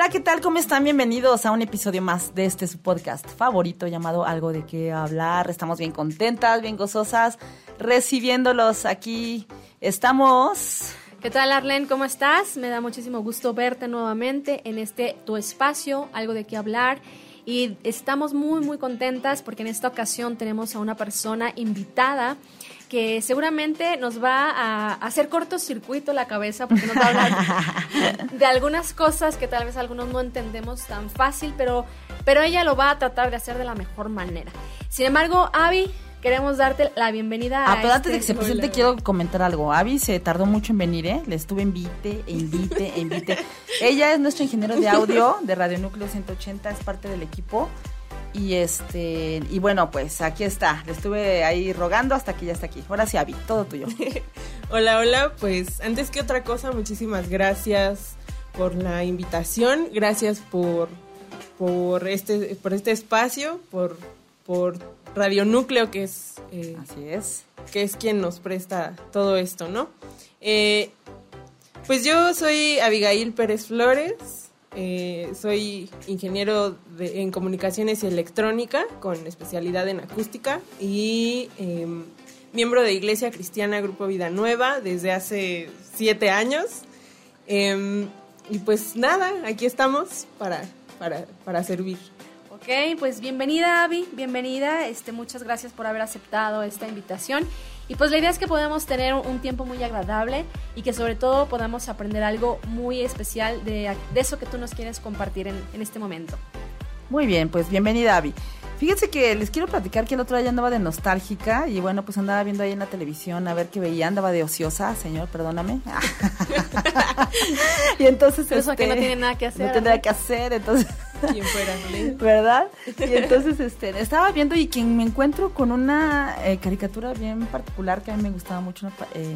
Hola, ¿qué tal? ¿Cómo están? Bienvenidos a un episodio más de su podcast favorito llamado Algo de qué hablar. Estamos bien contentas, bien gozosas, recibiéndolos aquí. Estamos... ¿Qué tal, Arlen? ¿Cómo estás? Me da muchísimo gusto verte nuevamente en tu espacio, Algo de qué hablar. Y estamos muy contentas porque en esta ocasión tenemos a una persona invitada que seguramente nos va a hacer cortocircuito la cabeza porque nos va a hablar de algunas cosas que tal vez algunos no entendemos tan fácil, pero ella lo va a tratar de hacer de la mejor manera. Sin embargo, Abby, queremos darte la bienvenida a pero antes de que se presente quiero comentar algo. Abby se tardó mucho en venir, ¿eh? Le estuve invite. Ella es nuestro ingeniero de audio de Radio Núcleo 180, es parte del equipo. Y bueno, pues aquí está. Le estuve ahí rogando hasta que ya está aquí. Ahora sí, Abby, todo tuyo. Hola, pues antes que otra cosa, muchísimas gracias por la invitación, gracias por este espacio, por Radio Núcleo, que es así es, que es quien nos presta todo esto, ¿no? Pues yo soy Abigail Pérez Flores. Soy ingeniero en comunicaciones y electrónica con especialidad en acústica y miembro de Iglesia Cristiana Grupo Vida Nueva desde hace 7 años. Y pues nada, aquí estamos para servir. Ok, pues bienvenida, Abby, bienvenida. Muchas gracias por haber aceptado esta invitación. Y pues la idea es que podamos tener un tiempo muy agradable y que sobre todo podamos aprender algo muy especial de eso que tú nos quieres compartir en este momento. Muy bien, pues bienvenida, Abby. Fíjense que les quiero platicar que el otro día andaba de nostálgica y bueno, pues andaba viendo ahí en la televisión a ver qué veía, andaba de ociosa, señor, perdóname. Y entonces eso que no tiene nada que hacer. No tendría que hacer, entonces... ¿Quién fuera? ¿Verdad? Y entonces estaba viendo y que me encuentro con una caricatura bien particular que a mí me gustaba mucho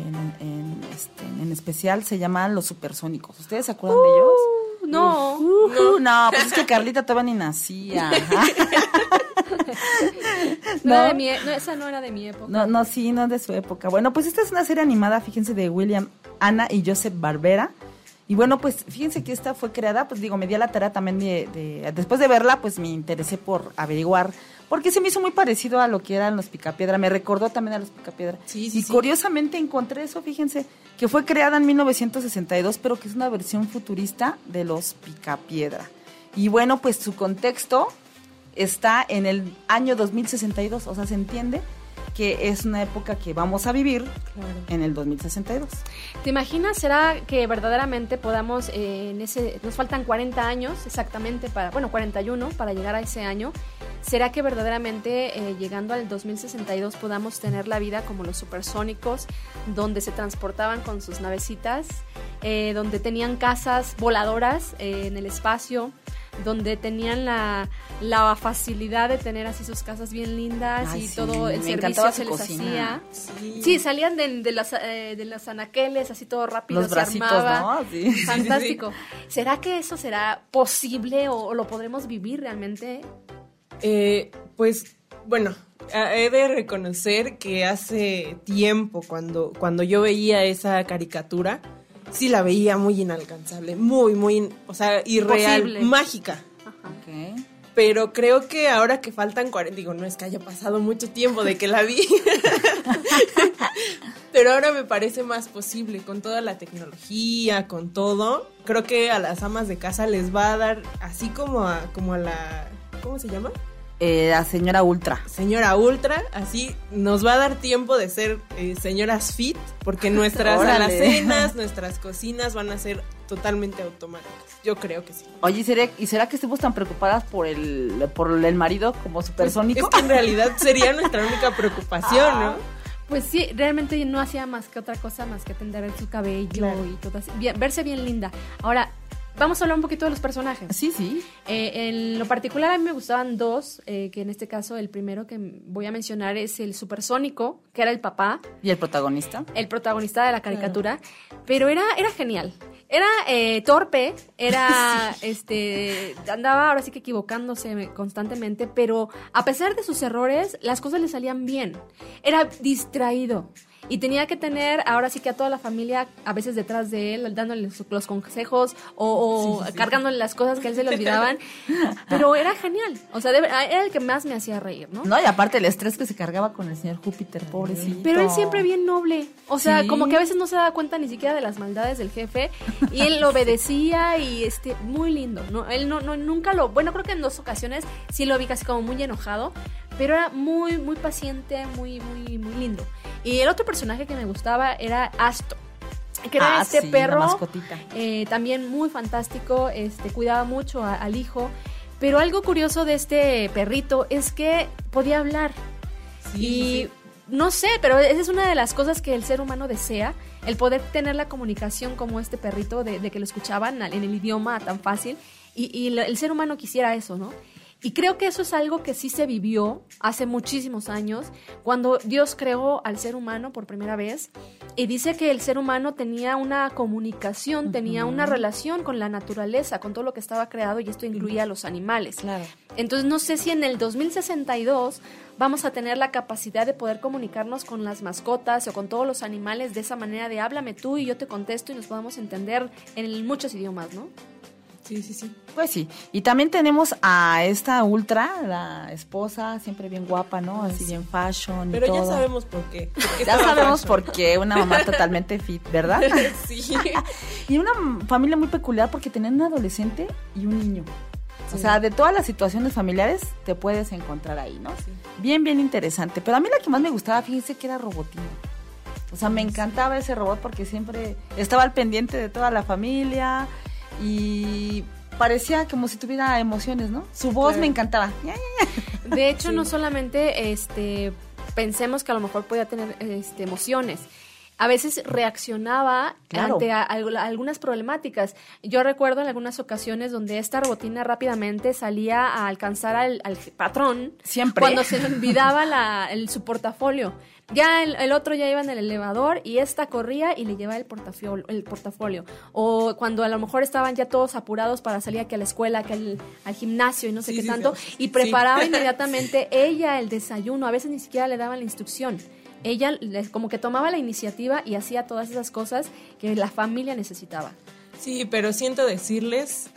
en especial, se llaman Los Supersónicos. ¿Ustedes se acuerdan de ellos? No, pues es que Carlita todavía ni nacía. Esa no era de mi época. No es de su época. Bueno, pues esta es una serie animada, fíjense, de William, Anna y Joseph Barbera. Y bueno, pues fíjense que esta fue creada, pues digo, me di a la tarea también después de verla, pues me interesé por averiguar, porque se me hizo muy parecido a lo que eran los Picapiedra, me recordó también a los Picapiedra. Sí. Curiosamente encontré eso, fíjense, que fue creada en 1962, pero que es una versión futurista de los Picapiedra. Y bueno, pues su contexto está en el año 2062, o sea, se entiende que es una época que vamos a vivir en el 2062. ¿Te imaginas? ¿Será que verdaderamente podamos, nos faltan 40 años exactamente 41 para llegar a ese año? ¿Será que verdaderamente llegando al 2062 podamos tener la vida como los supersónicos, donde se transportaban con sus navecitas, donde tenían casas voladoras en el espacio, donde tenían la facilidad de tener así sus casas bien lindas? Ay, y sí, todo el servicio se les hacía? Sí, salían de las anaqueles así todo rápido, los bracitos, se armaba, ¿no? Sí. Fantástico. Sí. ¿Será que eso será posible o lo podremos vivir realmente? Pues bueno, he de reconocer que hace tiempo cuando yo veía esa caricatura, sí la veía muy inalcanzable, muy, o sea, irreal, imposible, mágica. Ajá. Okay. Pero creo que ahora que faltan 40, digo, no es que haya pasado mucho tiempo de que la vi, pero ahora me parece más posible con toda la tecnología, con todo. Creo que a las amas de casa les va a dar, así como a la, ¿cómo se llama? La señora Ultra. Señora Ultra, así nos va a dar tiempo de ser señoras fit, porque nuestras alacenas, nuestras cocinas van a ser totalmente automáticas. Yo creo que sí. Oye, ¿y será que estemos tan preocupadas por el marido como supersónico? Pues es que en realidad sería nuestra única preocupación, ¿no? Pues sí, realmente no hacía más que otra cosa, más que atender su cabello, claro, y todo así, verse bien linda. Ahora, vamos a hablar un poquito de los personajes. Sí. En lo particular a mí me gustaban dos, que en este caso el primero que voy a mencionar es el supersónico, que era el papá. ¿Y el protagonista? El protagonista de la caricatura, pero era genial. Era torpe, era andaba ahora sí que equivocándose constantemente, pero a pesar de sus errores, las cosas le salían bien. Era distraído. y tenía que tener ahora sí que a toda la familia a veces detrás de él, dándole los consejos o cargándole las cosas que a él se le olvidaban, pero era genial, o sea, era el que más me hacía reír, ¿no? No, y aparte el estrés que se cargaba con el señor Júpiter, pobrecito. Pero él siempre bien noble, o sea, como que a veces no se daba cuenta ni siquiera de las maldades del jefe y él lo obedecía y muy lindo, ¿no? Él nunca bueno, creo que en 2 ocasiones sí lo vi casi como muy enojado, pero era muy, muy paciente, muy, muy, muy lindo. Y el otro personaje que me gustaba era Asto, que era perro, la mascotita. También muy fantástico, cuidaba mucho al hijo, pero algo curioso de este perrito es que podía hablar. Sí. No sé, pero esa es una de las cosas que el ser humano desea, el poder tener la comunicación como este perrito, de que lo escuchaban en el idioma tan fácil, y el ser humano quisiera eso, ¿no? Y creo que eso es algo que sí se vivió hace muchísimos años, cuando Dios creó al ser humano por primera vez, y dice que el ser humano tenía una comunicación, tenía una relación con la naturaleza, con todo lo que estaba creado, y esto incluía a los animales. Claro. Entonces no sé si en el 2062 vamos a tener la capacidad de poder comunicarnos con las mascotas o con todos los animales de esa manera de háblame tú y yo te contesto y nos podamos entender en muchos idiomas, ¿no? Sí. Pues sí. Y también tenemos a esta Ultra, la esposa, siempre bien guapa, ¿no? Así bien fashion y pero todo. Ya sabemos por qué. Ya sabemos por qué, una mamá totalmente fit, ¿verdad? Sí. Y una familia muy peculiar porque tenían un adolescente y un niño. Sí. O sea, de todas las situaciones familiares te puedes encontrar ahí, ¿no? Sí. Bien, bien interesante. Pero a mí la que más me gustaba, fíjense que era Robotina. O sea, me encantaba ese robot porque siempre estaba al pendiente de toda la familia y parecía como si tuviera emociones, ¿no? Su voz me encantaba. De hecho, no solamente pensemos que a lo mejor podía tener emociones. A veces reaccionaba ante algunas problemáticas. Yo recuerdo en algunas ocasiones donde esta Robotina rápidamente salía a alcanzar al patrón. Siempre. Cuando se le olvidaba su portafolio. Ya el otro ya iba en el elevador y esta corría y le llevaba el portafolio. O cuando a lo mejor estaban ya todos apurados para salir aquí a la escuela, aquí al gimnasio y no sé qué tanto. Y preparaba inmediatamente ella el desayuno. A veces ni siquiera le daban la instrucción. Ella como que tomaba la iniciativa y hacía todas esas cosas que la familia necesitaba. Sí, pero siento decirles,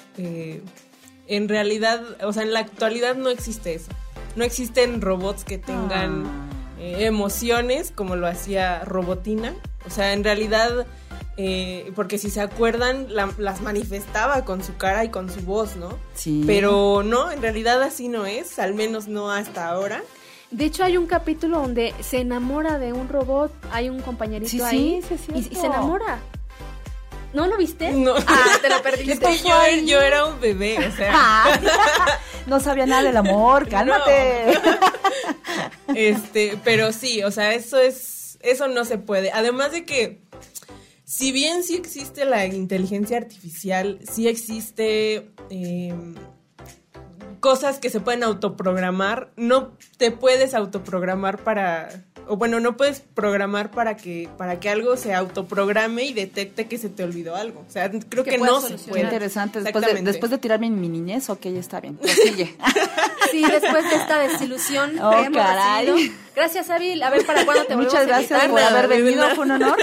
en realidad, o sea, en la actualidad no existe eso. No existen robots que tengan emociones como lo hacía Robotina. O sea, en realidad, porque si se acuerdan, las manifestaba con su cara y con su voz, ¿no? Sí. Pero no, en realidad así no es, al menos no hasta ahora. De hecho, hay un capítulo donde se enamora de un robot, hay un compañerito ahí y se enamora. ¿No lo viste? No. Te lo perdiste. Es que yo era un bebé, o sea. No sabía nada del amor, cálmate. No. Pero sí, o sea, eso no se puede. Además de que, si bien sí existe la inteligencia artificial, sí existe cosas que se pueden autoprogramar, no te puedes autoprogramar no puedes programar para que algo se autoprograme y detecte que se te olvidó algo. O sea, creo que no se puede. Interesante. Después de tirarme en mi niñez, ok, está bien. Sigue. Sí, después de esta desilusión que hemos recibido. Gracias, Abil. A ver, ¿para cuándo te volvemos a invitar? Muchas gracias por haber venido, fue un honor.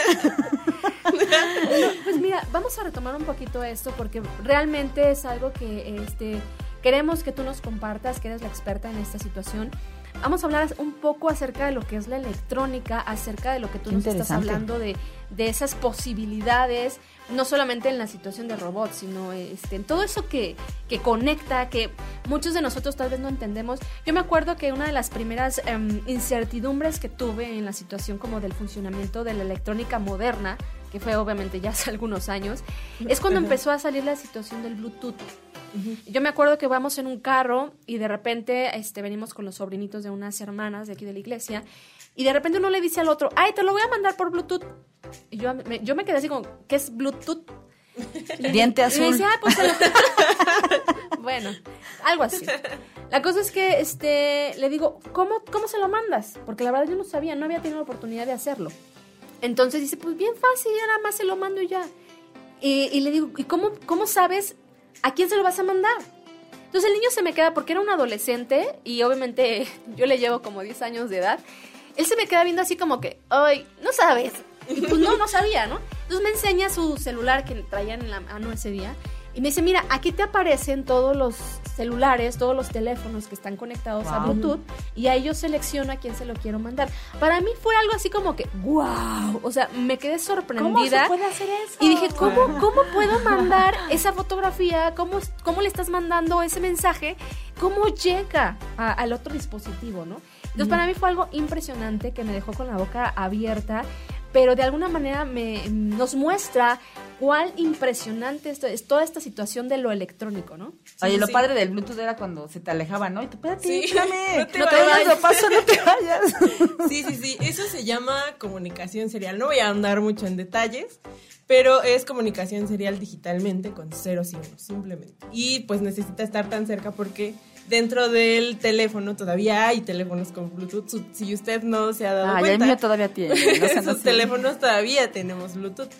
Pues mira, vamos a retomar un poquito esto porque realmente es algo que queremos que tú nos compartas, que eres la experta en esta situación. Vamos a hablar un poco acerca de lo que es la electrónica, acerca de lo que tú nos estás hablando, de esas posibilidades, no solamente en la situación de robots, sino en todo eso que conecta, que muchos de nosotros tal vez no entendemos. Yo me acuerdo que una de las primeras incertidumbres que tuve en la situación como del funcionamiento de la electrónica moderna, que fue obviamente ya hace algunos años, es cuando empezó a salir la situación del Bluetooth. Yo me acuerdo que vamos en un carro y de repente venimos con los sobrinitos de unas hermanas de aquí de la iglesia y de repente uno le dice al otro, ay, te lo voy a mandar por Bluetooth. Y yo me quedé así como, ¿qué es Bluetooth? Diente azul. Y me dice, pues bueno, algo así. La cosa es que le digo, ¿cómo se lo mandas? Porque la verdad yo no sabía, no había tenido la oportunidad de hacerlo. Entonces dice, pues bien fácil, ya nada más se lo mando y ya. Y le digo, ¿y cómo sabes a quién se lo vas a mandar? Entonces el niño se me queda, porque era un adolescente y obviamente yo le llevo como 10 años de edad. él se me queda viendo así como que, ay, no sabes. Y pues no sabía, ¿no? Entonces me enseña su celular que traían en la mano ese día y me dice, mira, aquí te aparecen todos los celulares, todos los teléfonos que están conectados a Bluetooth y ahí yo selecciono a quién se lo quiero mandar. Para mí fue algo así como que, wow, o sea, me quedé sorprendida. ¿Cómo se puede hacer eso? Y dije, ¿cómo puedo mandar esa fotografía? ¿Cómo le estás mandando ese mensaje? ¿Cómo llega al otro dispositivo, no? Entonces, para mí fue algo impresionante que me dejó con la boca abierta, pero de alguna manera nos muestra cuál impresionante es toda esta situación de lo electrónico, ¿no? Oye, lo padre del Bluetooth era cuando se te alejaba, ¿no? Y tú, espérate, espérame, no te vayas, lo paso, no te vayas. Sí, eso se llama comunicación serial. No voy a andar mucho en detalles, pero es comunicación serial digitalmente con ceros y unos, simplemente. Y pues necesita estar tan cerca porque dentro del teléfono todavía hay teléfonos con Bluetooth. Si usted no se ha dado cuenta. El mío todavía tiene. Esos teléfonos todavía tenemos Bluetooth.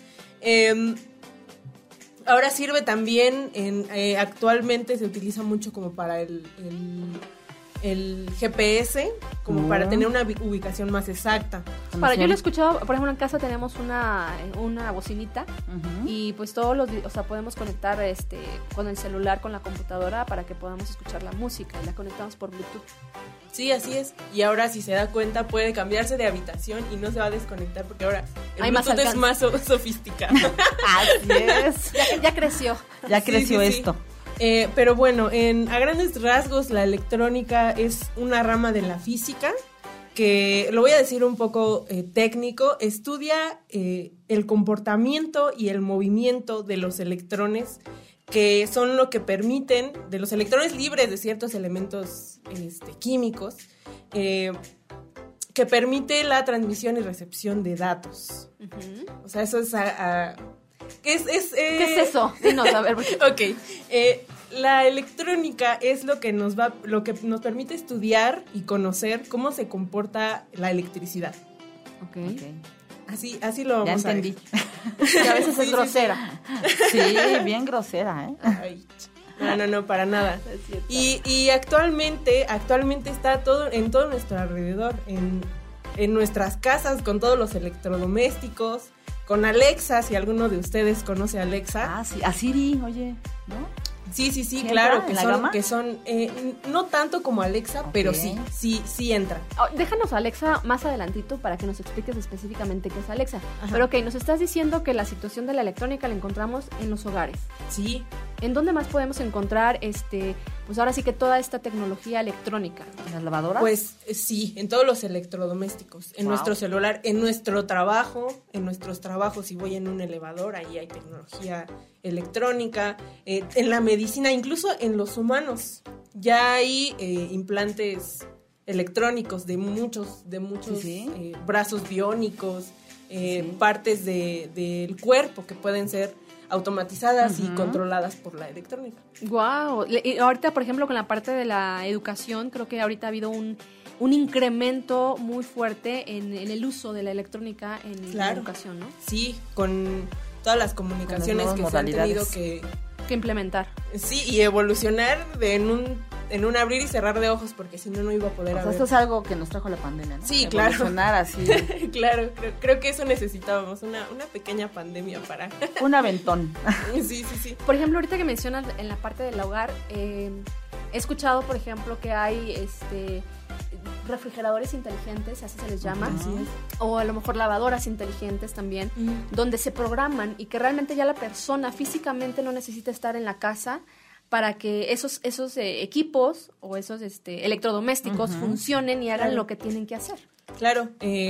Ahora sirve también, actualmente se utiliza mucho como para el GPS, como para tener una ubicación más exacta. Yo lo he escuchado, por ejemplo, en casa tenemos una bocinita y pues podemos conectar con el celular, con la computadora para que podamos escuchar la música y la conectamos por Bluetooth. Sí, así es. Y ahora, si se da cuenta, puede cambiarse de habitación y no se va a desconectar porque ahora el Bluetooth es más sofisticado. Así es. Ya creció. Ya creció esto. Pero bueno, a grandes rasgos, la electrónica es una rama de la física que, lo voy a decir un poco técnico, estudia el comportamiento y el movimiento de los electrones, que son lo que permiten, de los electrones libres de ciertos elementos químicos, que permite la transmisión y recepción de datos. O sea, eso es... ¿Qué es eso? Dinos, a ver. Ok. La electrónica es lo que nos permite estudiar y conocer cómo se comporta la electricidad. Okay. Así lo vamos a ver. Ya entendí. Que a veces es grosera. Sí, bien grosera, ¿eh? Ay, no, para nada. Y actualmente está en todo nuestro alrededor, en nuestras casas, con todos los electrodomésticos, con Alexa, si alguno de ustedes conoce a Alexa. Ah, sí, a Siri, oye, ¿no? Sí, claro, que son no tanto como Alexa, okay, pero sí entra. Déjanos a Alexa más adelantito para que nos expliques específicamente qué es Alexa. Ajá. Pero nos estás diciendo que la situación de la electrónica la encontramos en los hogares. Sí. ¿En dónde más podemos encontrar pues ahora sí que toda esta tecnología electrónica? ¿En las lavadoras? Pues sí, en todos los electrodomésticos, en nuestro celular, en nuestros trabajos, si voy en un elevador, ahí hay tecnología electrónica, en la medicina, incluso en los humanos, ya hay implantes electrónicos de muchos ¿sí? Brazos biónicos, sí. Partes del cuerpo que pueden ser automatizadas y controladas por la electrónica. Wow. Y ahorita, por ejemplo, con la parte de la educación, creo que ahorita ha habido un incremento muy fuerte en el uso de la electrónica en la educación, ¿no? Sí, con todas las comunicaciones que se han tenido que implementar. Sí, y evolucionar en un abrir y cerrar de ojos, porque si no iba a poder haber. Esto es algo que nos trajo la pandemia, ¿no? Sí, claro. Evolucionar así. Claro, creo que eso necesitábamos, una pequeña pandemia para... Un aventón. Sí. Por ejemplo, ahorita que mencionas en la parte del hogar, he escuchado, por ejemplo, que hay refrigeradores inteligentes, así se les llama, o a lo mejor lavadoras inteligentes también, donde se programan y que realmente ya la persona físicamente no necesita estar en la casa para que esos equipos o esos electrodomésticos funcionen y hagan lo que tienen que hacer. Claro,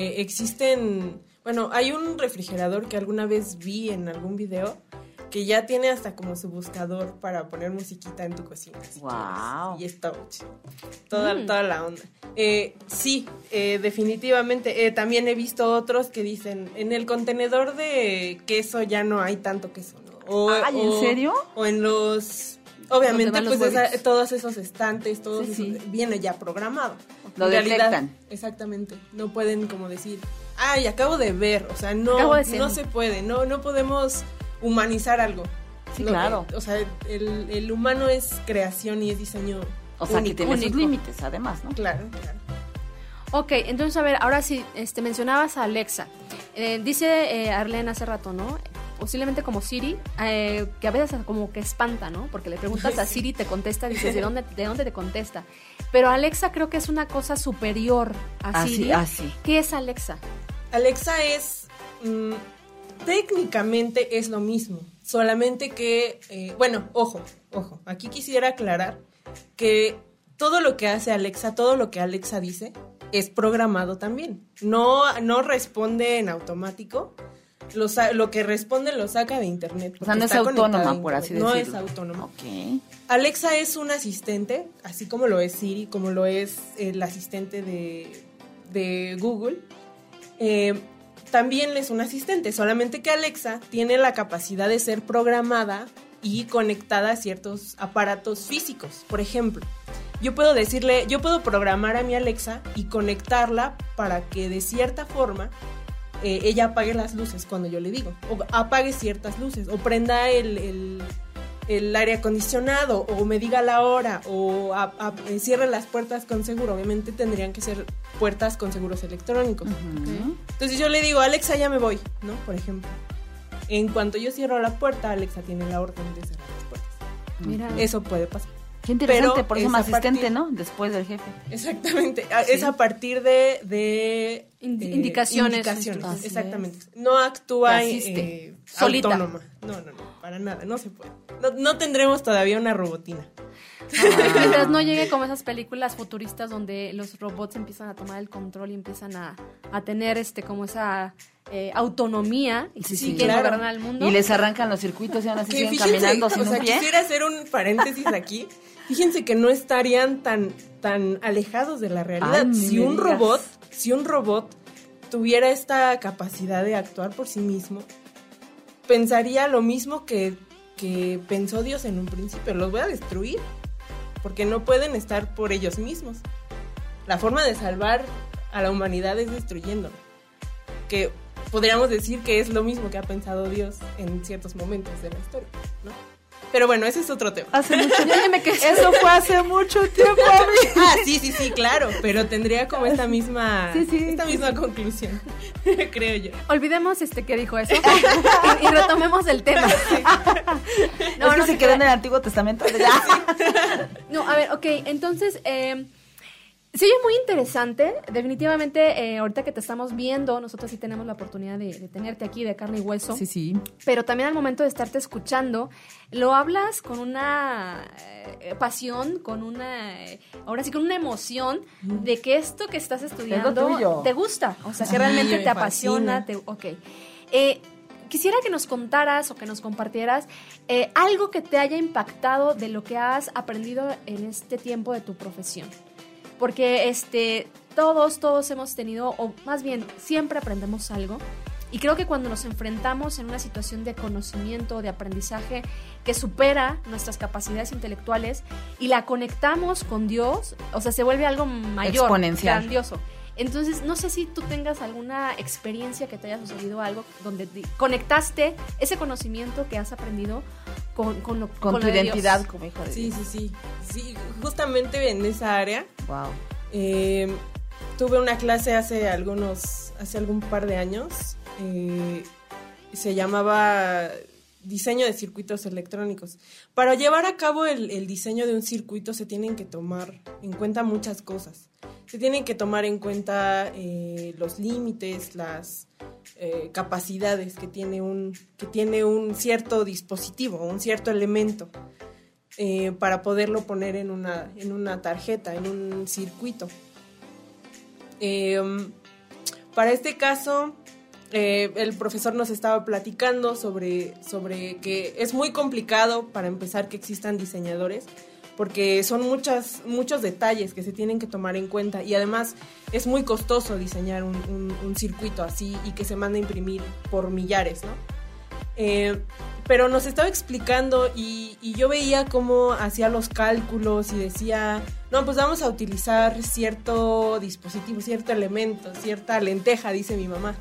existen, hay un refrigerador que alguna vez vi en algún video que ya tiene hasta como su buscador para poner musiquita en tu cocina. Wow. Y está toda la onda. Sí, definitivamente. También he visto otros que dicen, en el contenedor de queso ya no hay tanto queso, ¿no? ¿En serio? O en los... Obviamente, pues todos esos estantes, viene ya programado. Lo detectan. Exactamente. No pueden como decir, ay, acabo de ver. O sea, no se puede. No podemos humanizar algo. Sí, claro. O sea, el humano es creación y es diseño. O sea, único, que tiene sus límites, además, ¿no? Claro. Ok, entonces a ver, ahora sí, mencionabas a Alexa. Dice Arlene hace rato, ¿no? Posiblemente como Siri, que a veces como que espanta, ¿no? Porque le preguntas a Siri, te contesta, dices, ¿de dónde te contesta? Pero Alexa creo que es una cosa superior a Siri. Así. ¿Qué es Alexa? Alexa es, técnicamente es lo mismo, solamente que, ojo, aquí quisiera aclarar que todo lo que hace Alexa, todo lo que Alexa dice, es programado también. No responde en automático. Lo que responde lo saca de internet. O sea, no es autónoma, por así decirlo. No es autónoma. Ok. Alexa es un asistente, así como lo es Siri, como lo es el asistente de Google. También es un asistente, solamente que Alexa tiene la capacidad de ser programada y conectada a ciertos aparatos físicos. Por ejemplo, yo puedo programar a mi Alexa y conectarla para que de cierta forma ella apague las luces cuando yo le digo, o apague ciertas luces, o prenda el aire acondicionado, o me diga la hora, o cierre las puertas con seguro. Obviamente tendrían que ser puertas con seguros electrónicos. Uh-huh. ¿Okay? Entonces yo le digo, Alexa, ya me voy, ¿no? Por ejemplo. En cuanto yo cierro la puerta, Alexa tiene la orden de cerrar las puertas. Mira. Eso puede pasar. Qué interesante, Pero por eso es un asistente, ¿no? Después del jefe. Exactamente, Sí. es a partir de indicaciones. Exactamente. No actúa solita. autónoma. No, para nada, no se puede. No tendremos todavía una robotina. Mientras no llegue como esas películas futuristas donde los robots empiezan a tomar el control y empiezan a tener como esa autonomía y Sí, quieren claro. gobernar al mundo. Y les arrancan los circuitos y aún así Que siguen fíjense, caminando sin o sea, un pie. quisiera hacer un paréntesis aquí. Fíjense que no estarían tan alejados de la realidad. Ay, ni si me un digas. robot tuviera esta capacidad de actuar por sí mismo, pensaría lo mismo que pensó Dios en un principio. Los voy a destruir porque no pueden estar por ellos mismos. La forma de salvar a la humanidad es destruyéndola. Que podríamos decir que es lo mismo que ha pensado Dios en ciertos momentos de la historia, ¿no? Pero bueno, ese es otro tema. Hace mucho tiempo. Eso fue hace mucho tiempo. Sí, claro, pero tendría como esta misma conclusión, creo yo. Olvidemos que dijo eso y retomemos el tema. No, se quedó en el Antiguo Testamento. No, a ver, ok, entonces, sí, es muy interesante. Definitivamente, ahorita que te estamos viendo, nosotros sí tenemos la oportunidad de tenerte aquí de carne y hueso. Sí. Pero también al momento de estarte escuchando, lo hablas con una pasión, con una, ahora sí, con una emoción de que esto que estás estudiando te gusta. O sea, que realmente te apasiona. Quisiera que nos contaras o que nos compartieras algo que te haya impactado de lo que has aprendido en este tiempo de tu profesión. Porque todos hemos tenido, o más bien siempre aprendemos algo, y creo que cuando nos enfrentamos en una situación de conocimiento, de aprendizaje que supera nuestras capacidades intelectuales y la conectamos con Dios, o sea, se vuelve algo mayor, exponencial, grandioso. Entonces, no sé si tú tengas alguna experiencia que te haya sucedido algo donde conectaste ese conocimiento que has aprendido con tu identidad como hijo de Dios. Sí, justamente en esa área. Wow. Tuve una clase hace algún par de años. Se llamaba diseño de circuitos electrónicos. Para llevar a cabo el diseño de un circuito se tienen que tomar en cuenta muchas cosas. Se tienen que tomar en cuenta los límites, las capacidades que tiene un cierto dispositivo, un cierto elemento, para poderlo poner en una tarjeta, en un circuito. Para este caso, el profesor nos estaba platicando sobre que es muy complicado para empezar que existan diseñadores, porque son muchos detalles que se tienen que tomar en cuenta, y además es muy costoso diseñar un circuito así y que se manda a imprimir por millares, ¿no? Pero nos estaba explicando y yo veía cómo hacía los cálculos y decía, no, pues vamos a utilizar cierto dispositivo, cierto elemento, cierta lenteja, dice mi mamá,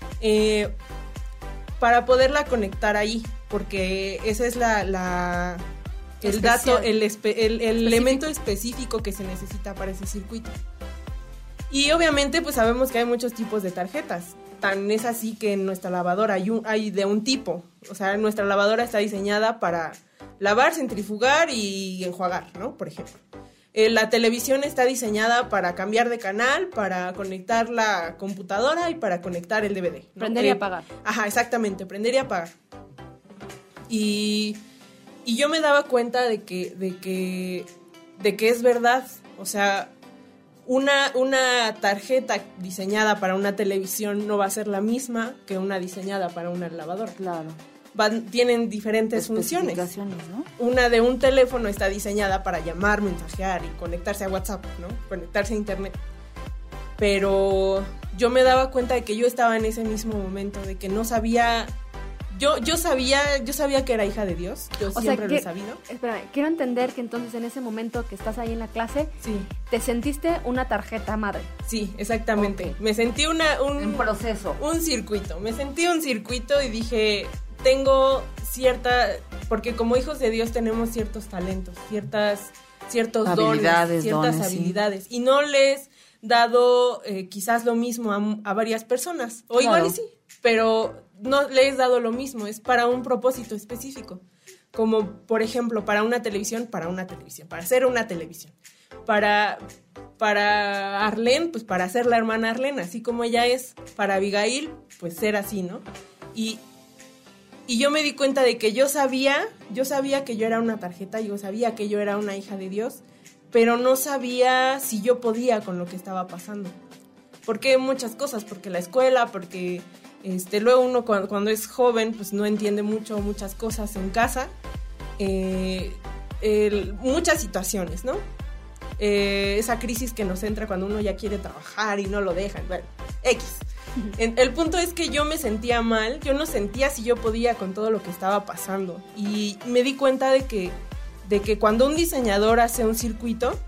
para poderla conectar ahí, porque esa es el dato, el elemento específico que se necesita para ese circuito. Y obviamente pues sabemos que hay muchos tipos de tarjetas. Tan es así que en nuestra lavadora hay de un tipo. O sea, nuestra lavadora está diseñada para lavar, centrifugar y enjuagar, ¿no? Por ejemplo. La televisión está diseñada para cambiar de canal, para conectar la computadora y para conectar el DVD, ¿no? Prender y apagar. Ajá, exactamente, prender y apagar. Y yo me daba cuenta de que es verdad. O sea, una tarjeta diseñada para una televisión no va a ser la misma que una diseñada para una lavadora. Claro. Tienen diferentes funciones. ¿No? Una de un teléfono está diseñada para llamar, mensajear y conectarse a WhatsApp, ¿no? Conectarse a internet. Pero yo me daba cuenta de que yo estaba en ese mismo momento, de que no sabía. Yo sabía que era hija de Dios. Yo siempre lo he sabido. Espérame, quiero entender que entonces en ese momento que estás ahí en la clase, sí, te sentiste una tarjeta madre. Sí, exactamente. Okay. Me sentí un proceso. Un circuito. Me sentí un circuito y dije, tengo porque como hijos de Dios tenemos ciertos talentos, ciertos dones, ciertas habilidades. Sí. Y no les dado quizás lo mismo a varias personas. O claro. Igual y sí, pero no les he dado lo mismo, es para un propósito específico, como por ejemplo para hacer una televisión, para Arlene, pues para ser la hermana Arlene, así como ella es, para Abigail, pues ser así, ¿no? Y yo me di cuenta de que yo sabía que yo era una tarjeta, yo sabía que yo era una hija de Dios, pero no sabía si yo podía con lo que estaba pasando. Porque muchas cosas, porque la escuela, porque luego uno cuando es joven pues no entiende muchas cosas en casa, muchas situaciones, ¿no? Esa crisis que nos entra cuando uno ya quiere trabajar y no lo dejan, bueno, X. El punto es que yo me sentía mal, yo no sentía si yo podía con todo lo que estaba pasando y me di cuenta de que cuando un diseñador hace un circuito,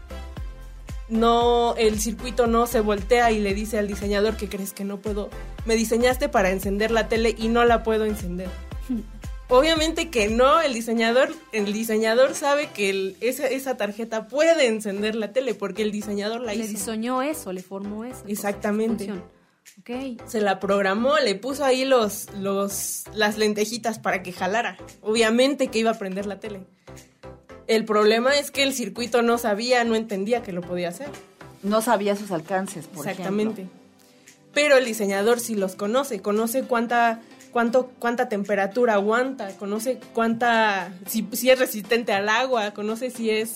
el circuito no se voltea y le dice al diseñador, ¿qué crees que no puedo? Me diseñaste para encender la tele y no la puedo encender. Obviamente que no, el diseñador sabe que esa tarjeta puede encender la tele porque el diseñador la hizo. Le diseñó eso, le formó eso. Exactamente. Okay. Se la programó, le puso ahí las lentejitas para que jalara. Obviamente que iba a prender la tele. El problema es que el circuito no entendía que lo podía hacer. No sabía sus alcances, por Exactamente. ejemplo. Pero el diseñador sí los conoce cuánta temperatura aguanta, conoce si es resistente al agua, conoce si es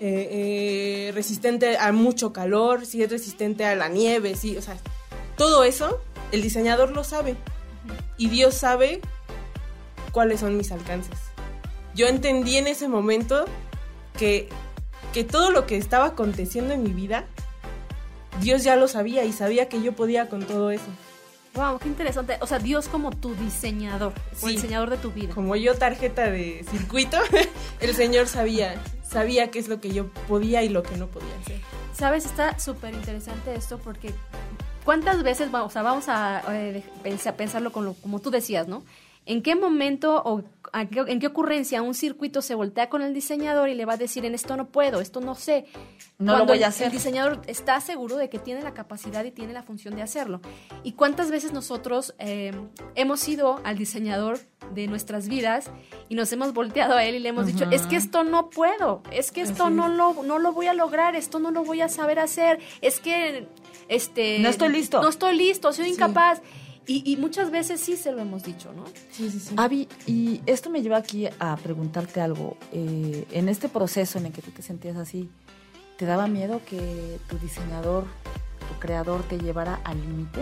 resistente a mucho calor, si es resistente a la nieve, o sea, todo eso el diseñador lo sabe. Y Dios sabe cuáles son mis alcances. Yo entendí en ese momento que todo lo que estaba aconteciendo en mi vida, Dios ya lo sabía y sabía que yo podía con todo eso. Wow, qué interesante. O sea, Dios como tu diseñador, sí, o el diseñador de tu vida. Como yo tarjeta de circuito, el Señor sabía qué es lo que yo podía y lo que no podía hacer. Sabes, está súper interesante esto porque ¿cuántas veces vamos a pensarlo como tú decías, ¿no? ¿En qué momento o en qué ocurrencia un circuito se voltea con el diseñador y le va a decir, en esto no puedo, esto no sé? No lo voy a hacer. El diseñador está seguro de que tiene la capacidad y tiene la función de hacerlo. ¿Y cuántas veces nosotros hemos ido al diseñador de nuestras vidas y nos hemos volteado a él y le hemos dicho, es que esto no puedo, es que esto no lo voy a lograr, esto no lo voy a saber hacer, es que no estoy listo, soy incapaz? Y muchas veces sí se lo hemos dicho, ¿no? Sí. Abby, y esto me lleva aquí a preguntarte algo. En este proceso en el que tú te sentías así, ¿te daba miedo que tu diseñador, tu creador, te llevara al límite?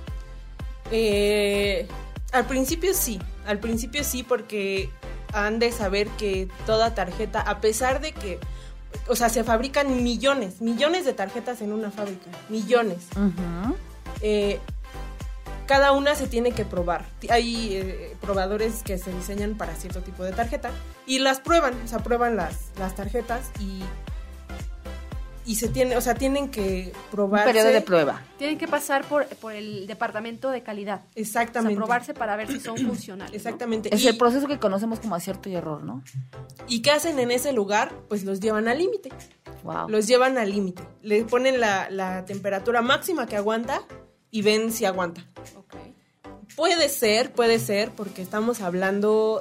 Al principio sí, porque han de saber que toda tarjeta, a pesar de que, o sea, se fabrican millones de tarjetas en una fábrica, millones. Uh-huh. Cada una se tiene que probar. Hay probadores que se diseñan para cierto tipo de tarjeta y las prueban, o sea, prueban las tarjetas y tienen que probarse. Un periodo de prueba. Tienen que pasar por el departamento de calidad. Exactamente. O sea, probarse para ver si son funcionales. Exactamente. ¿No? Es el proceso que conocemos como acierto y error, ¿no? ¿Y qué hacen en ese lugar? Pues los llevan al límite. Wow. Los llevan al límite. Le ponen la temperatura máxima que aguanta y ven si aguanta. Okay. Puede ser, porque estamos hablando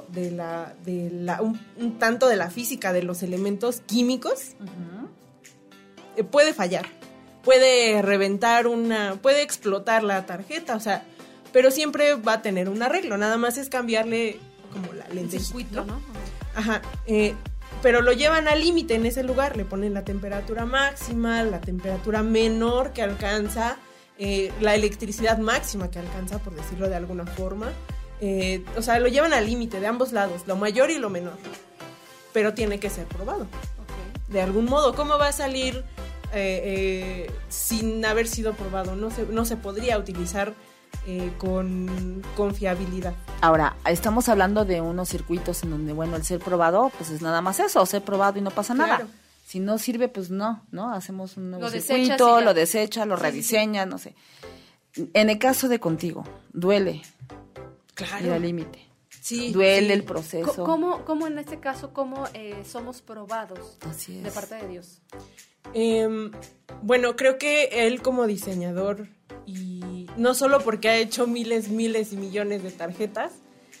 un tanto de la física de los elementos químicos. Uh-huh. Puede fallar, puede reventar puede explotar la tarjeta, o sea, pero siempre va a tener un arreglo, nada más es cambiarle como la lentejita, ¿no? Ajá, pero lo llevan al límite en ese lugar, le ponen la temperatura máxima, la temperatura menor que alcanza, la electricidad máxima que alcanza, por decirlo de alguna forma. O sea, lo llevan al límite de ambos lados, lo mayor y lo menor. Pero tiene que ser probado. Okay. De algún modo. ¿Cómo va a salir sin haber sido probado? No se podría utilizar con fiabilidad. Ahora, estamos hablando de unos circuitos en donde, bueno, el ser probado, pues es nada más eso, ser probado y no pasa nada. Claro. Si no sirve, pues no, hacemos un nuevo circuito, lo desechas, lo rediseñas, no sé. En el caso de contigo, duele. Claro. Ir al límite. Sí. Duele el proceso. ¿Cómo en este caso, somos probados Así es. de parte de Dios? Bueno, creo que él como diseñador, y no solo porque ha hecho miles y millones de tarjetas,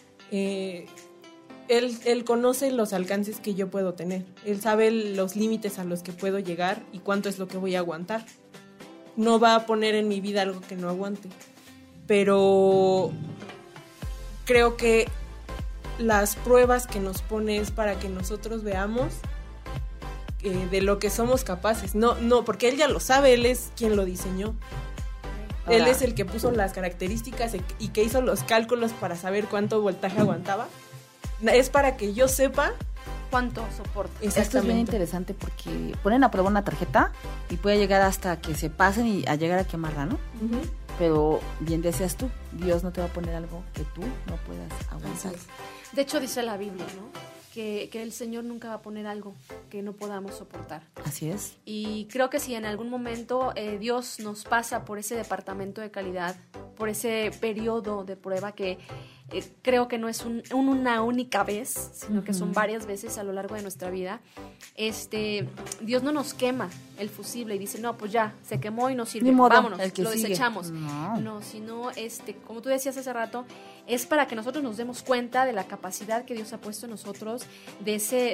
Él conoce los alcances que yo puedo tener. Él sabe los límites a los que puedo llegar y cuánto es lo que voy a aguantar. No va a poner en mi vida algo que no aguante. Pero creo que las pruebas que nos pone es para que nosotros veamos de lo que somos capaces. No, porque él ya lo sabe, él es quien lo diseñó. Él es el que puso las características y que hizo los cálculos para saber cuánto voltaje aguantaba. Es para que yo sepa cuánto soporta. Esto es bien interesante porque ponen a prueba una tarjeta y puede llegar hasta que se pasen y a llegar a quemarla, ¿no? Uh-huh. Pero bien decías tú, Dios no te va a poner algo que tú no puedas aguantar. De hecho dice la Biblia, ¿no? Que el Señor nunca va a poner algo que no podamos soportar. Así es. Y creo que si en algún momento Dios nos pasa por ese departamento de calidad, por ese periodo de prueba que creo que no es una única vez, sino que son varias veces a lo largo de nuestra vida, Dios no nos quema el fusible y dice, no, pues ya, se quemó y no sirve, vámonos, lo desechamos. No, sino, como tú decías hace rato, es para que nosotros nos demos cuenta de la capacidad que Dios ha puesto en nosotros, de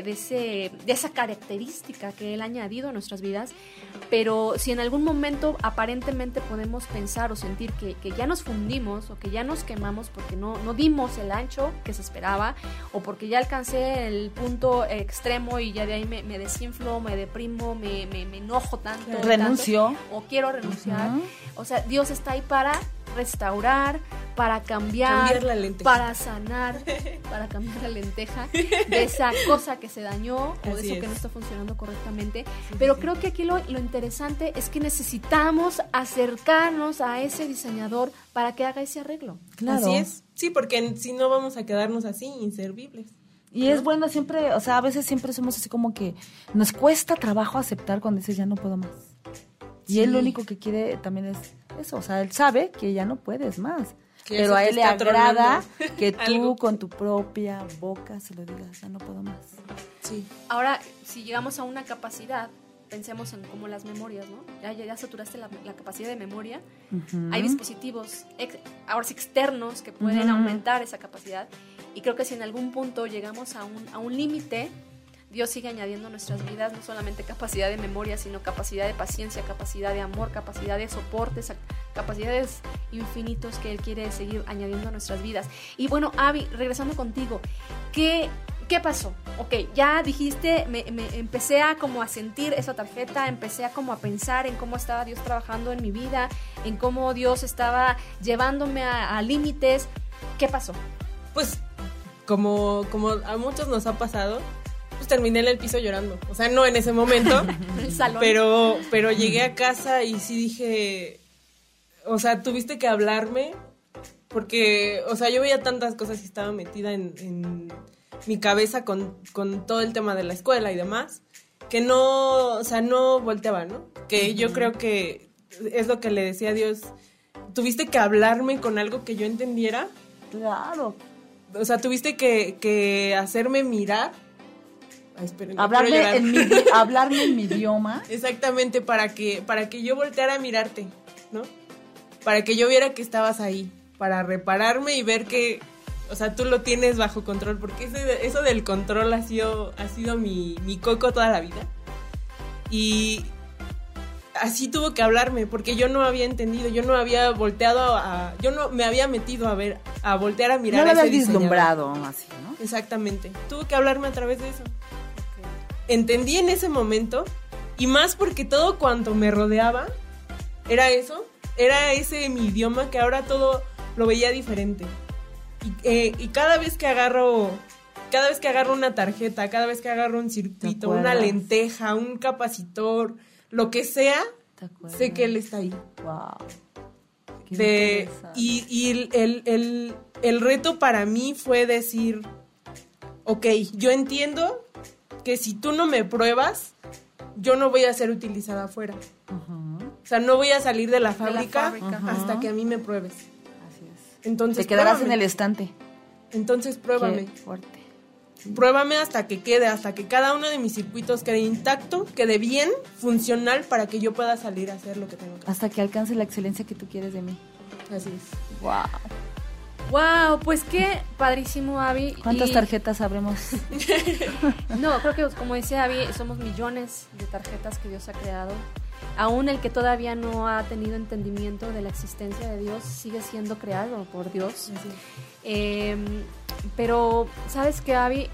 esa característica que Él ha añadido a nuestras vidas, pero si en algún momento aparentemente podemos pensar o sentir que ya nos fundimos o que ya nos quemamos porque no dimos el ancho que se esperaba o porque ya alcancé el punto extremo y ya de ahí me desinflo, me deprimo, me enojo tanto. Renuncio. O quiero renunciar. Uh-huh. O sea, Dios está ahí para restaurar, para cambiar la lenteja, para sanar, para cambiar la lenteja de esa cosa que se dañó o de eso que no está funcionando correctamente. Pero creo que aquí lo interesante es que necesitamos acercarnos a ese diseñador para que haga ese arreglo. Claro. Así es. Sí, porque si no vamos a quedarnos así, inservibles. Y es bueno siempre, o sea, a veces siempre somos así como que nos cuesta trabajo aceptar cuando dices ya no puedo más. Y él lo único que quiere también es eso, o sea, él sabe que ya no puedes más. Pero a él le agrada que tú con tu propia boca se lo digas, ya no puedo más. Sí. Ahora, si llegamos a una capacidad, pensemos en como las memorias, ¿no? Ya saturaste la capacidad de memoria. Uh-huh. Hay dispositivos ahora sí externos que pueden aumentar esa capacidad. Y creo que si en algún punto llegamos a un límite, Dios sigue añadiendo a nuestras vidas no solamente capacidad de memoria, sino capacidad de paciencia, capacidad de amor, capacidad de soporte, capacidades infinitos que Él quiere seguir añadiendo a nuestras vidas. Y bueno, Abby, regresando contigo, ¿qué pasó? Ok, ya dijiste, me empecé a como a sentir esa tarjeta, empecé a como a pensar en cómo estaba Dios trabajando en mi vida, en cómo Dios estaba llevándome a límites. ¿Qué pasó? Pues como a muchos nos ha pasado, pues terminé en el piso llorando. O sea, no en ese momento, el salón. Pero llegué a casa y sí dije, o sea, tuviste que hablarme, porque, o sea, yo veía tantas cosas y estaba metida en mi cabeza con todo el tema de la escuela y demás, que no, o sea, no volteaba, ¿no? Que yo creo que es lo que le decía a Dios, tuviste que hablarme con algo que yo entendiera. Claro. O sea, tuviste que hacerme mirar Ay, esperen, no quiero llorar. Hablarme en mi idioma. Exactamente, para que yo volteara a mirarte, ¿no? Para que yo viera que estabas ahí, para repararme y ver que, o sea, tú lo tienes bajo control, porque eso del control ha sido mi coco toda la vida. Y así tuvo que hablarme, porque yo no había entendido, yo no había volteado yo no me había metido a voltear a mirar. No lo a ese habías diseñador. vislumbrado así, ¿no? Exactamente, tuvo que hablarme a través de eso. Entendí en ese momento, y más porque todo cuanto me rodeaba era eso, era ese mi idioma, que ahora todo lo veía diferente. Y cada vez que agarro una tarjeta, cada vez que agarro un circuito, una lenteja, un capacitor, lo que sea, sé que él está ahí. Wow. Y el reto para mí fue decir, ok, yo entiendo que si tú no me pruebas, yo no voy a ser utilizada afuera. Uh-huh. O sea, no voy a salir de la fábrica hasta que a mí me pruebes. Así es. Entonces, te quedarás pruébame. en el estante. Entonces, pruébame. Qué fuerte. Pruébame hasta que quede, hasta que cada uno de mis circuitos quede intacto, quede bien, funcional, para que yo pueda salir a hacer lo que tengo que hacer. Hasta que alcance la excelencia que tú quieres de mí. Así es. Wow. Wow, pues qué padrísimo, Abby. ¿Cuántas tarjetas sabremos? No, creo que como dice Abby, somos millones de tarjetas que Dios ha creado. Aún el que todavía no ha tenido entendimiento de la existencia de Dios sigue siendo creado por Dios. Pero, ¿sabes qué, Abby?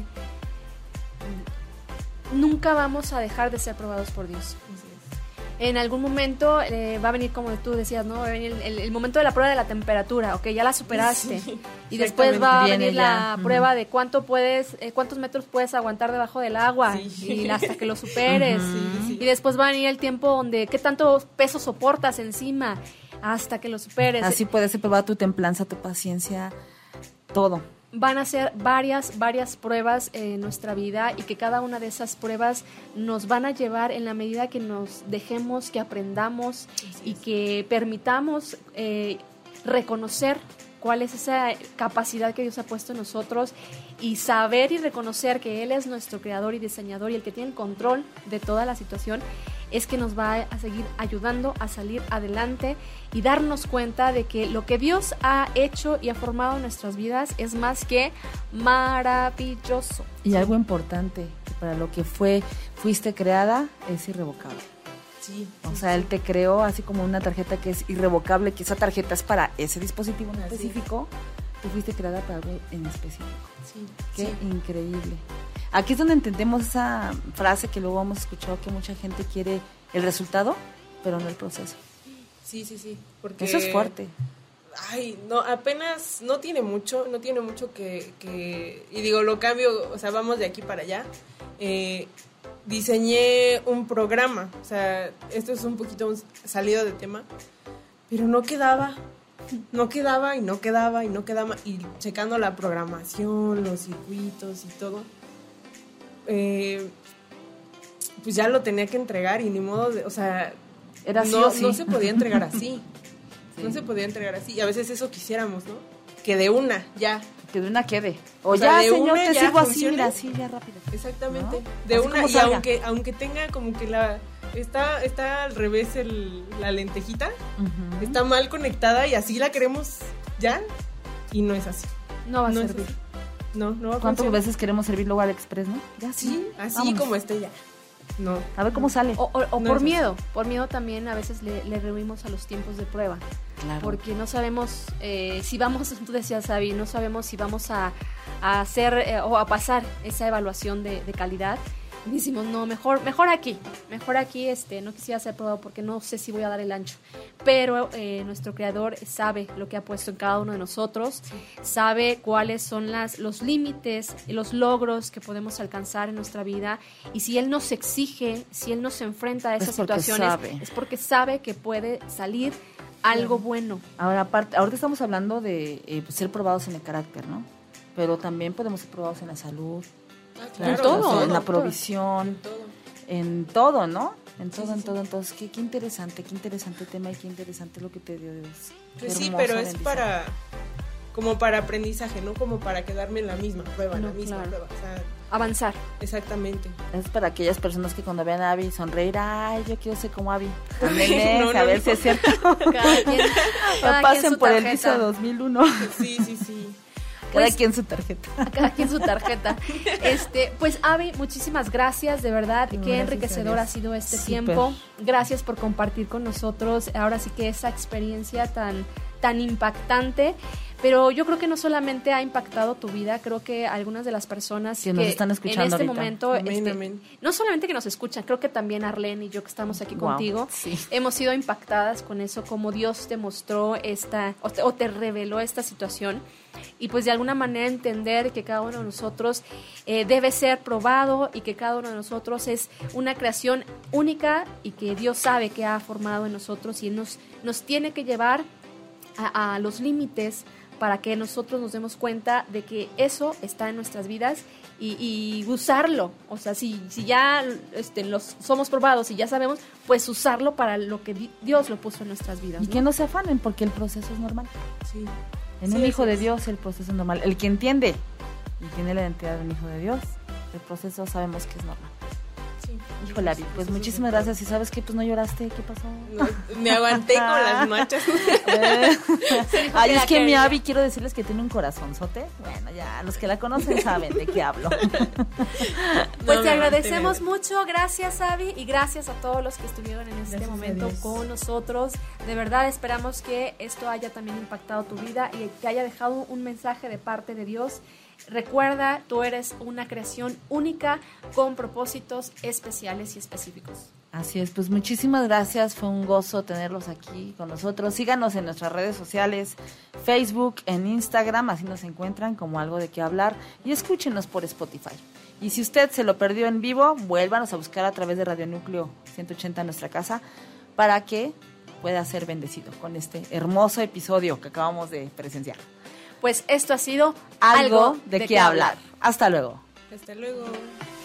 Nunca vamos a dejar de ser probados por Dios. En algún momento va a venir, como tú decías, ¿no? Va a venir el momento de la prueba de la temperatura, ok, ya la superaste. Sí, y después va a venir la prueba de cuántos metros puedes aguantar debajo del agua, y hasta que lo superes. Y después va a venir el tiempo donde qué tanto peso soportas encima hasta que lo superes. Así puedes probar tu templanza, tu paciencia, todo. Van a ser varias pruebas en nuestra vida, y que cada una de esas pruebas nos van a llevar, en la medida que nos dejemos, que aprendamos y que permitamos reconocer cuál es esa capacidad que Dios ha puesto en nosotros, y saber y reconocer que Él es nuestro creador y diseñador y el que tiene el control de toda la situación, es que nos va a seguir ayudando a salir adelante y darnos cuenta de que lo que Dios ha hecho y ha formado en nuestras vidas es más que maravilloso. Y algo importante, que para lo que fuiste creada es irrevocable. Sí. O sea, Él te creó así como una tarjeta que es irrevocable, que esa tarjeta es para ese dispositivo en específico. Tú fuiste creada para algo en específico. Sí. Qué increíble. Aquí es donde entendemos esa frase que luego hemos escuchado, que mucha gente quiere el resultado, pero no el proceso. Sí. Porque eso es fuerte. Ay, no, apenas no tiene mucho que y digo, lo cambio, o sea, vamos de aquí para allá. Diseñé un programa, o sea, esto es un poquito salido de tema, pero no quedaba, y checando la programación, los circuitos y todo, pues ya lo tenía que entregar, y ni modo de, o sea, era así no, o sí. no se podía entregar así. Sí. No se podía entregar así, y a veces eso quisiéramos, ¿no? Que de una, ya. Que de una quede. O sea, ya, de señor, una te ya sigo así, funcione. mira, así, ya rápido. Exactamente. ¿No? De así una, y salga. aunque tenga como que está al revés la lentejita, está mal conectada, y así la queremos ya, y no es así. No va a No servir. es así. No va a ¿Cuántas funcionar. veces queremos servir luego al express, no? Ya Sí, así vámonos. como esté ya. No. A ver cómo sale. O No por es miedo. Por miedo también a veces le rehuimos a los tiempos de prueba. Claro. Porque no sabemos si vamos, tú decías, Abby, no sabemos si vamos a hacer o a pasar esa evaluación de calidad. Y decimos, no, mejor aquí, no quisiera ser probado porque no sé si voy a dar el ancho. Pero nuestro creador sabe lo que ha puesto en cada uno de nosotros, sabe cuáles son los límites, los logros que podemos alcanzar en nuestra vida, y si Él nos exige, si Él nos enfrenta a esas situaciones, es porque sabe que puede salir algo bueno. Ahora, ahorita estamos hablando de ser probados en el carácter, ¿no? Pero también podemos ser probados en la salud, Claro, en todo, en la provisión, en todo, ¿no? En todo. Entonces, qué interesante tema, y qué interesante lo que te dio Dios. Pues sí, pero es para, como para aprendizaje, no como para quedarme en la misma prueba, No, la misma claro. prueba. O sea, Avanzar. exactamente. Es para aquellas personas que cuando vean a Abby sonreír, ay, yo quiero ser como Abby. Ándele, No, a ver no. si es cierto. Cada quien Pasen su por el tarjeta. visa 2001. Sí, sí, sí. Cada Pues- quien su tarjeta. A cada quien su tarjeta. Pues Abby, muchísimas gracias, de verdad, No, qué gracias enriquecedor a ha Dios. sido este Súper. tiempo. Gracias por compartir con nosotros, ahora sí que esa experiencia tan impactante. Pero yo creo que no solamente ha impactado tu vida, creo que algunas de las personas Que nos están escuchando en este ahorita. momento, Amén, amén. no solamente que nos escuchan, creo que también Arlene y yo que estamos aquí Wow, contigo, sí. hemos sido impactadas con eso, como Dios te mostró o te reveló esta situación. Y pues de alguna manera entender que cada uno de nosotros debe ser probado y que cada uno de nosotros es una creación única y que Dios sabe que ha formado en nosotros y nos tiene que llevar a los límites para que nosotros nos demos cuenta de que eso está en nuestras vidas y usarlo. O sea, si ya somos probados y ya sabemos, pues usarlo para lo que Dios lo puso en nuestras vidas. Y ¿no? que no se afanen porque el proceso es normal. Sí. En Sí, un hijo así de es. Dios el proceso es normal. El que entiende y tiene la identidad de un hijo de Dios, el proceso sabemos que es normal. Sí. Híjole, Abby, pues Sí, sí, muchísimas sí. gracias. Y sabes que pues no lloraste, ¿qué pasó? No, me aguanté con las machas. Ay, es que mi querida. Abby, quiero decirles que tiene un corazonzote. Bueno, ya los que la conocen saben de qué hablo. Pues No, te me agradecemos aguanté. mucho, gracias Abby y gracias a todos los que estuvieron en este Gracias a momento Dios. con nosotros. De verdad esperamos que esto haya también impactado tu vida y que haya dejado un mensaje de parte de Dios. Recuerda, tú eres una creación única con propósitos especiales y específicos. Así es, pues muchísimas gracias, fue un gozo tenerlos aquí con nosotros. Síganos en nuestras redes sociales, Facebook, en Instagram, así nos encuentran como Algo de Qué Hablar, y escúchenos por Spotify. Y si usted se lo perdió en vivo, vuélvanos a buscar a través de Radio Núcleo 180 en nuestra casa para que pueda ser bendecido con este hermoso episodio que acabamos de presenciar. Pues esto ha sido Algo de Qué Hablar. Hasta luego. Hasta luego.